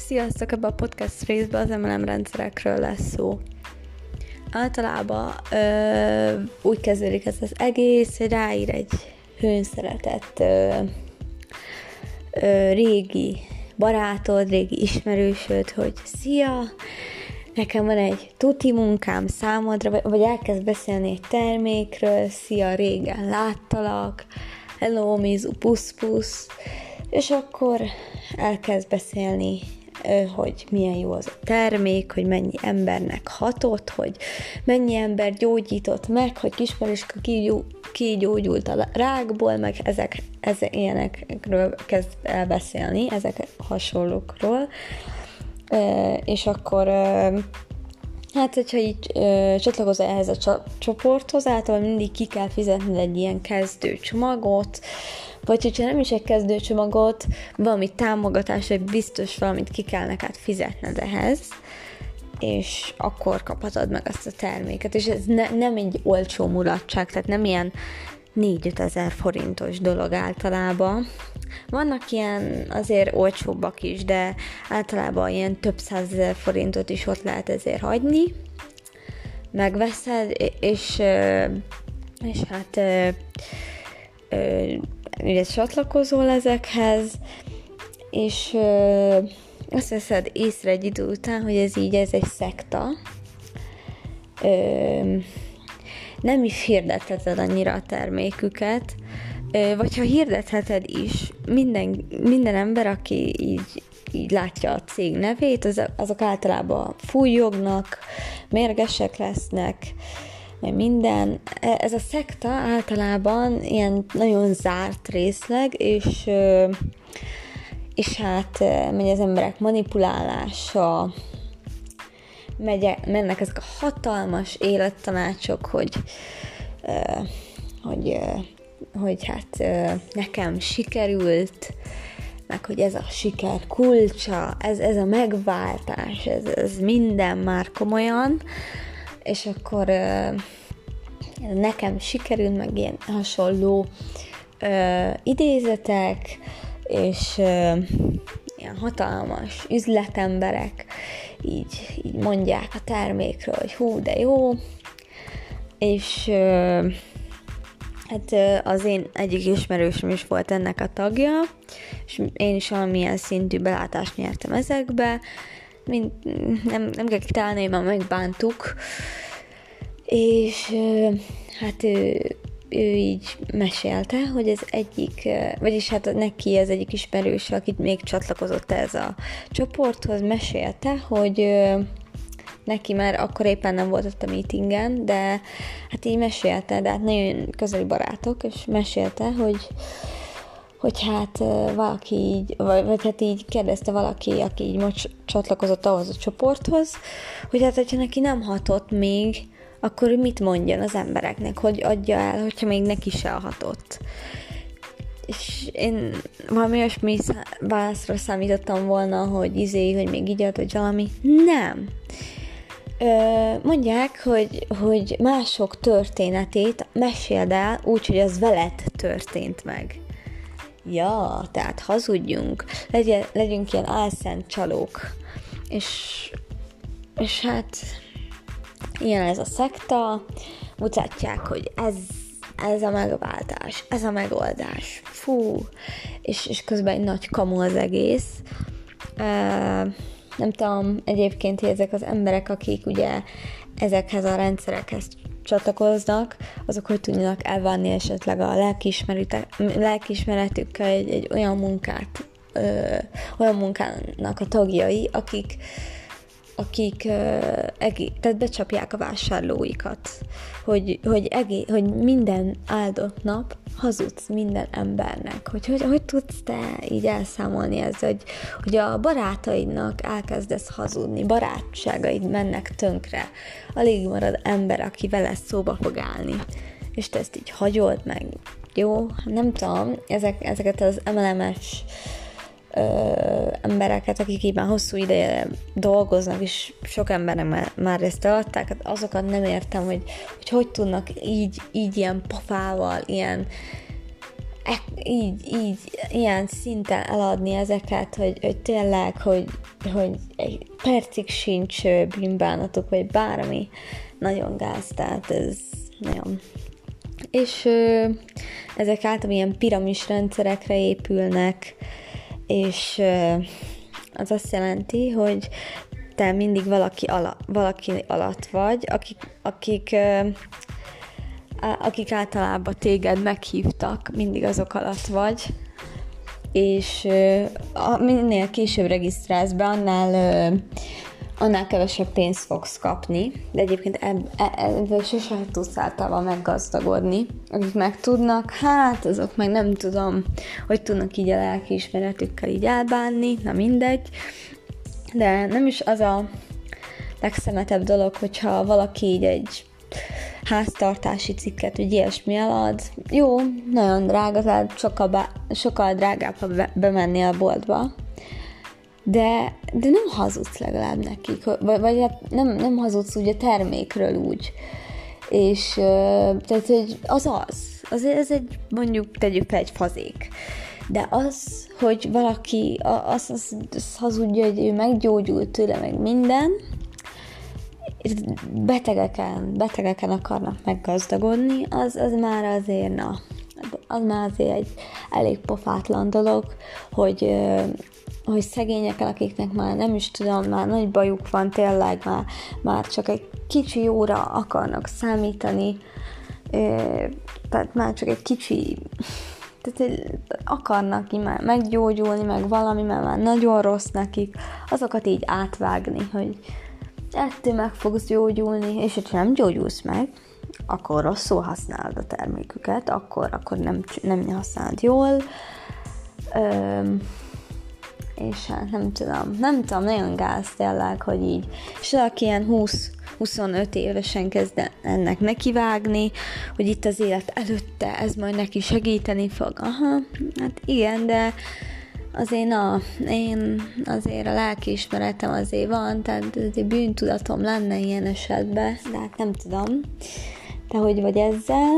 Sziasztok! Ebben a podcast részben az MLM rendszerekről lesz szó. Általában úgy kezdődik ez az egész, hogy ráír egy hőnszeretett régi barátod, régi ismerősöd, hogy szia, nekem van egy tuti munkám számodra, vagy elkezd beszélni egy termékről, szia, régen láttalak, hello, mizu, pusz, és akkor elkezd beszélni, hogy milyen jó az a termék, hogy mennyi embernek hatott, hogy mennyi ember gyógyított meg, hogy Kismariska kigyógyult a rákból, meg ezek ilyenekről kezd el beszélni, ezek hasonlókról. És akkor hát, hogyha így csatlakozol ehhez a csoporthoz, általában mindig ki kell fizetned egy ilyen kezdőcsomagot, vagy hogyha nem is egy kezdőcsomagot, valami támogatás, vagy biztos valamit ki kell neked fizetned ehhez, és akkor kaphatod meg azt a terméket. És ez nem egy olcsó mulatság, tehát nem ilyen 4-5 ezer forintos dolog általában. Vannak ilyen azért olcsóbbak is, de általában ilyen több 100 000 forintot is ott lehet ezért hagyni. Megveszed, és hát ugye csatlakozol ezekhez, és azt veszed észre egy idő után, hogy ez egy szekta. Nem is hirdetheted annyira a terméküket, vagy ha hirdetheted is, minden ember, aki így látja a cég nevét, azok általában fújjognak, mérgesek lesznek, meg minden. Ez a szekta általában ilyen nagyon zárt részleg, és hát megy az emberek manipulálása, mennek ezek a hatalmas élettanácsok, hogy hát nekem sikerült, meg hogy ez a siker kulcsa, ez a megváltás, ez minden már komolyan, és akkor nekem sikerült, meg ilyen hasonló idézetek, és ilyen hatalmas üzletemberek így mondják a termékről, hogy hú, de jó, és hát az én egyik ismerősöm is volt ennek a tagja, és én is valamilyen szintű belátást nyertem ezekbe, nem kell kitálni, mert megbántuk, és hát ő így mesélte, hogy ez egyik, vagyis hát neki az egyik ismerős, aki még csatlakozott ez a csoporthoz, mesélte, hogy neki már akkor éppen nem volt ott a meetingen, de hát így mesélte, de hát nagyon közeli barátok, és mesélte, hogy hát valaki így, vagy hát így kérdezte valaki, aki így most csatlakozott ahhoz a csoporthoz, hogy hát hogyha neki nem hatott még, akkor mit mondjon az embereknek, hogy adja el, hogyha még neki se hatott. És én valami olyasmi válaszra számítottam volna, hogy hogy még így ad, vagy valami. Nem. Mondják, hogy mások történetét meséld el úgy, hogy az veled történt meg. Ja, tehát hazudjunk, legyünk ilyen álszent csalók. És hát ilyen ez a szekta, mutatják, hogy ez a megváltás, ez a megoldás, fú, és közben egy nagy kamu az egész. Nem tudom, egyébként, hogy ezek az emberek, akik ugye ezekhez a rendszerekhez csatlakoznak, azok hogy tudnak elválni esetleg a lelkiismeretükkel egy olyan munkát, olyan munkának a tagjai, akik tehát becsapják a vásárlóikat, hogy minden áldott nap hazudsz minden embernek, hogy tudsz te így elszámolni ezzel, hogy a barátaidnak elkezdesz hazudni, barátságaid mennek tönkre, alig marad ember, aki vele szóba fog állni, és te ezt így hagyod meg, jó? Nem tudom, ezeket az MLM-es embereket, akik így már hosszú ideje dolgoznak, és sok embernek már ezt eladták, hát azokat nem értem, hogy tudnak így ilyen pofával, ilyen így ilyen szinten eladni ezeket, hogy tényleg, hogy egy percig sincs bűnbánatok, vagy bármi, nagyon gáz, tehát ez nagyon. És ezek általában ilyen piramis rendszerekre épülnek, és az azt jelenti, hogy te mindig valaki alatt vagy, akik általában téged meghívtak, mindig azok alatt vagy, és minél később regisztrálsz be, annál kevesebb pénzt fogsz kapni, de egyébként ebből sose tudsz általában meggazdagodni. Akik meg tudnak, hát azok meg nem tudom, hogy tudnak így a lelkiismeretükkel így elbánni, na mindegy, de nem is az a legszemetebb dolog, hogyha valaki így egy háztartási cikket, vagy ilyesmi elad. Jó, nagyon drága, tehát sokkal drágább, ha bemenni a boltba, de nem hazudsz legalább nekik, vagy hát nem hazudsz úgy a termékről úgy. És tehát, hogy ez egy, mondjuk tegyük fel egy fazék. De az, hogy valaki azt hazudja, hogy ő meggyógyult tőle, meg minden, betegeken akarnak meggazdagodni, az már azért, az már azért egy elég pofátlan dolog, hogy szegények, akiknek már nem is tudom, már nagy bajuk van, tényleg már csak egy kicsi jóra akarnak számítani, tehát már csak egy kicsi, tehát akarnak így már meggyógyulni, meg valami, mert már nagyon rossz nekik, azokat így átvágni, hogy ettől meg fogsz gyógyulni, és ha nem gyógyulsz meg, akkor rosszul használod a terméküket, akkor nem használod jól, és hát nem tudom, nagyon gáz tényleg, hogy így, és aki ilyen 20-25 évesen kezd ennek nekivágni, hogy itt az élet előtte ez majd neki segíteni fog. Aha, hát igen, de azért én azért a lelkiismeretem azért van, tehát azért bűntudatom lenne ilyen esetben, de hát nem tudom. Te hogy vagy ezzel?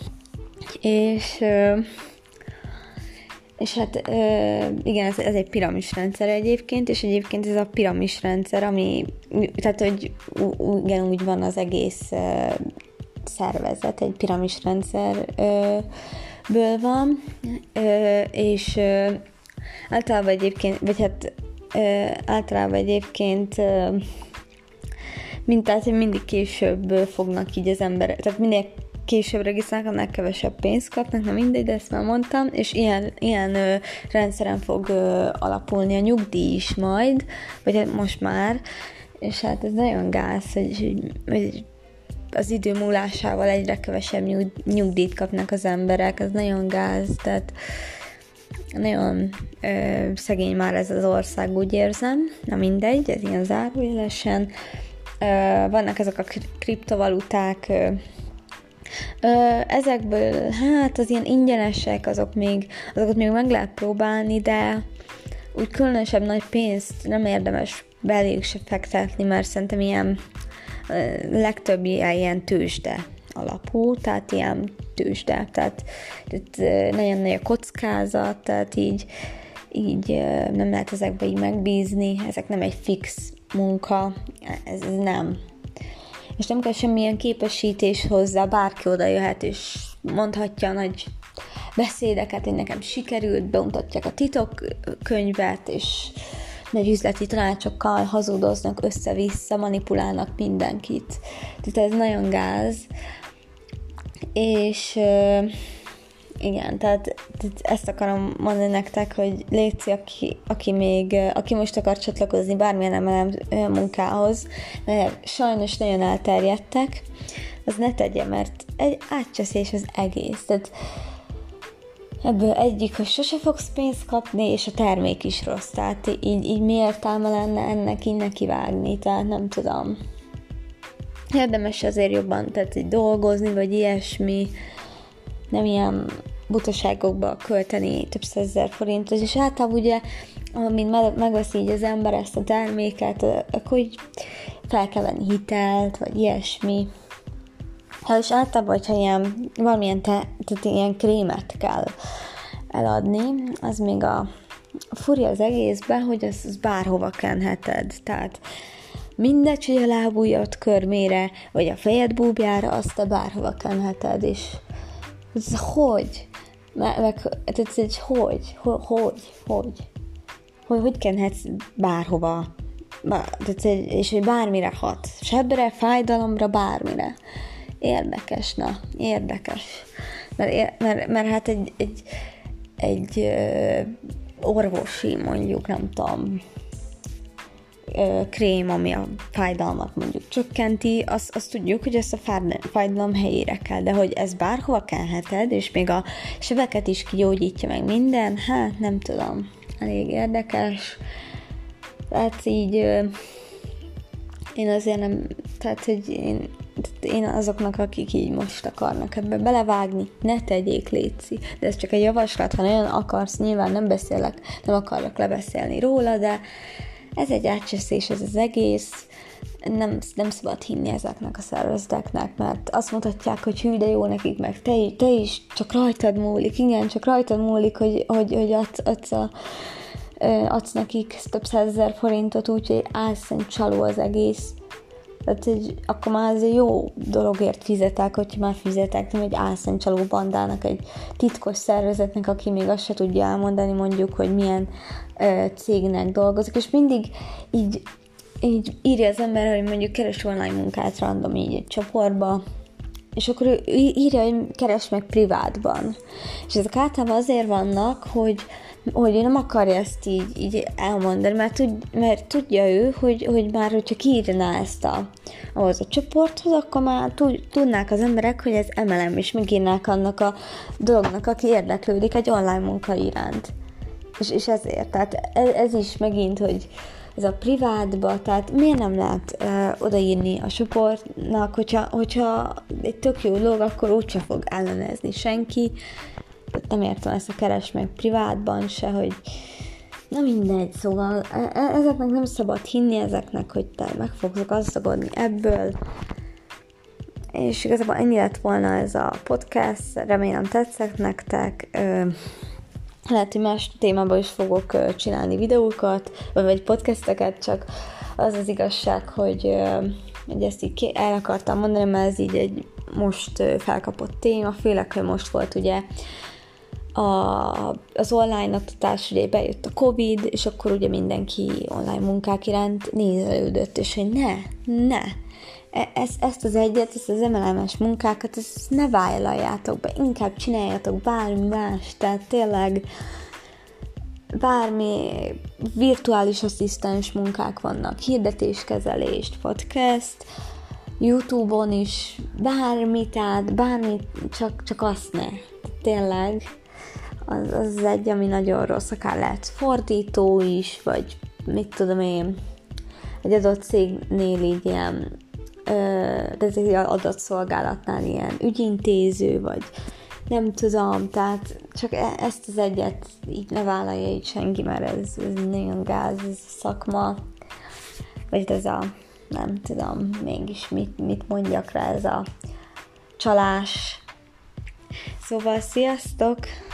És hát igen, ez egy piramisrendszer egyébként, és egyébként ez a piramisrendszer, ami, tehát hogy igen, úgy van az egész szervezet, egy piramisrendszerből van, és általában egyébként, tehát, hogy mindig később fognak így az emberek, tehát minél később regisztrálnak, annál kevesebb pénzt kapnak, na mindegy, de ezt már mondtam, és ilyen rendszeren fog alapulni a nyugdíj is majd, vagy most már, és hát ez nagyon gáz, hogy az idő múlásával egyre kevesebb nyugdíjt kapnak az emberek, ez nagyon gáz, tehát nagyon szegény már ez az ország, úgy érzem, na mindegy, ez ilyen zárójelesen. Vannak ezek a kriptovaluták, ezekből, hát az ilyen ingyenesek, azokat még meg lehet próbálni, de úgy különösebb nagy pénzt nem érdemes beléjük se fektetni, mert szerintem ilyen legtöbb ilyen tőzsde alapú, tehát ilyen tőzsde, tehát nagyon nagy a kockázat, tehát így nem lehet ezekbe így megbízni, ezek nem egy fix munka, ez nem. És nem kell semmilyen képesítés hozzá, bárki oda jöhet, és mondhatja nagy beszédeket, hogy nekem sikerült, bemutatják a titokkönyvet, és nagy üzleti tanácsokkal hazudoznak, össze-vissza, manipulálnak mindenkit. Tehát ez nagyon gáz. És igen, tehát ezt akarom mondani nektek, hogy létszi, aki most akar csatlakozni bármilyen MLM munkához, mert sajnos nagyon elterjedtek, az ne tegye, mert egy átcseszés az egész. Tehát ebből egyik, hogy sose fogsz pénzt kapni, és a termék is rossz. Tehát így mi értelme lenne ennek így nekivágni, tehát nem tudom. Érdemes azért jobban tehát dolgozni, vagy ilyesmi, nem ilyen butaságokba költeni több százezer forintot, és általában ugye, amint megveszi így az ember ezt a terméket, akkor így fel kell venni hitelt, vagy ilyesmi. És általában, hogyha valamilyen tehát ilyen krémet kell eladni, az még a furi az egészben, hogy azt bárhova kenheted. Tehát mindegy, hogy a lábujjad körmére, vagy a fejed búbjára, azt te bárhova kenheted, és ez hogy? Hogy kenhetsz bárhova? És hogy bármire hat. Sebre, fájdalomra, bármire. Érdekes. Mert hát egy orvosi, mondjuk, nem tudom, krém, ami a fájdalmat mondjuk csökkenti, azt tudjuk, hogy ezt a fájdalom helyére kell, de hogy ez bárhova kenheted, és még a sebeket is kigyógyítja meg minden, hát nem tudom, elég érdekes. Tehát így én azért nem, tehát hogy én azoknak, akik így most akarnak ebbe belevágni, ne tegyék, létszi. De ez csak egy javaslat, ha nagyon akarsz, nyilván nem akarok lebeszélni róla, de ez egy átcseszés, ez az egész. Nem szabad hinni ezeknek a szervezeteknek, mert azt mutatják, hogy hű, de jó nekik, meg te is, csak rajtad múlik, igen, csak rajtad múlik, hogy adsz nekik több 100 000 forintot, úgyhogy álszent csaló az egész. Tehát akkor már azért jó dologért fizetek, hogyha már fizetek, nem egy álszent csaló bandának, egy titkos szervezetnek, aki még azt se tudja elmondani, mondjuk, hogy milyen cégnek dolgozik, és mindig így írja az ember, hogy mondjuk keres online munkát random így egy csoportba, és akkor ő írja, hogy keres meg privátban. És ezek általában azért vannak, hogy ő nem akarja ezt így elmondani, mert tudja ő, hogy már hogyha kiírná ezt ahhoz a csoporthoz, akkor már tudnák az emberek, hogy ez MLM, és megírnák annak a dolognak, aki érdeklődik egy online munka iránt. És ezért, tehát ez is megint, hogy ez a privátba, tehát miért nem lehet odaírni a csoportnak, hogyha egy tök jó dolog, akkor úgyse fog ellenezni senki. Nem értem ezt a keres meg privátban se, hogy na mindegy, szóval ezeknek nem szabad hinni, ezeknek, hogy te meg fogsz gazdagodni ebből. És igazából ennyi lett volna ez a podcast, remélem tetszett nektek. Lehet, hogy más témában is fogok csinálni videókat, vagy podcasteket, csak az az igazság, hogy ezt így el akartam mondani, mert ez így egy most felkapott téma, főleg, hogy most volt ugye az online oktatás, ugye bejött a Covid, és akkor ugye mindenki online munkák iránt nézelődött, és hogy ne, ezt az MLM-es munkákat, ezt ne vállaljátok be, inkább csináljátok bármi más, tehát tényleg bármi virtuális asszisztens munkák vannak, hirdetéskezelést, podcast, YouTube-on is, bármi, csak azt ne. Tényleg, az egy, ami nagyon rossz, akár lehet fordító is, vagy mit tudom én, egy adott cégnél így ilyen, tehát egy adatszolgálatnál ilyen ügyintéző, vagy nem tudom, tehát csak ezt az egyet így ne vállalja így senki, mert ez nagyon gáz, ez a szakma, vagy ez a, nem tudom, mégis mit mondjak rá, ez a csalás. Szóval sziasztok!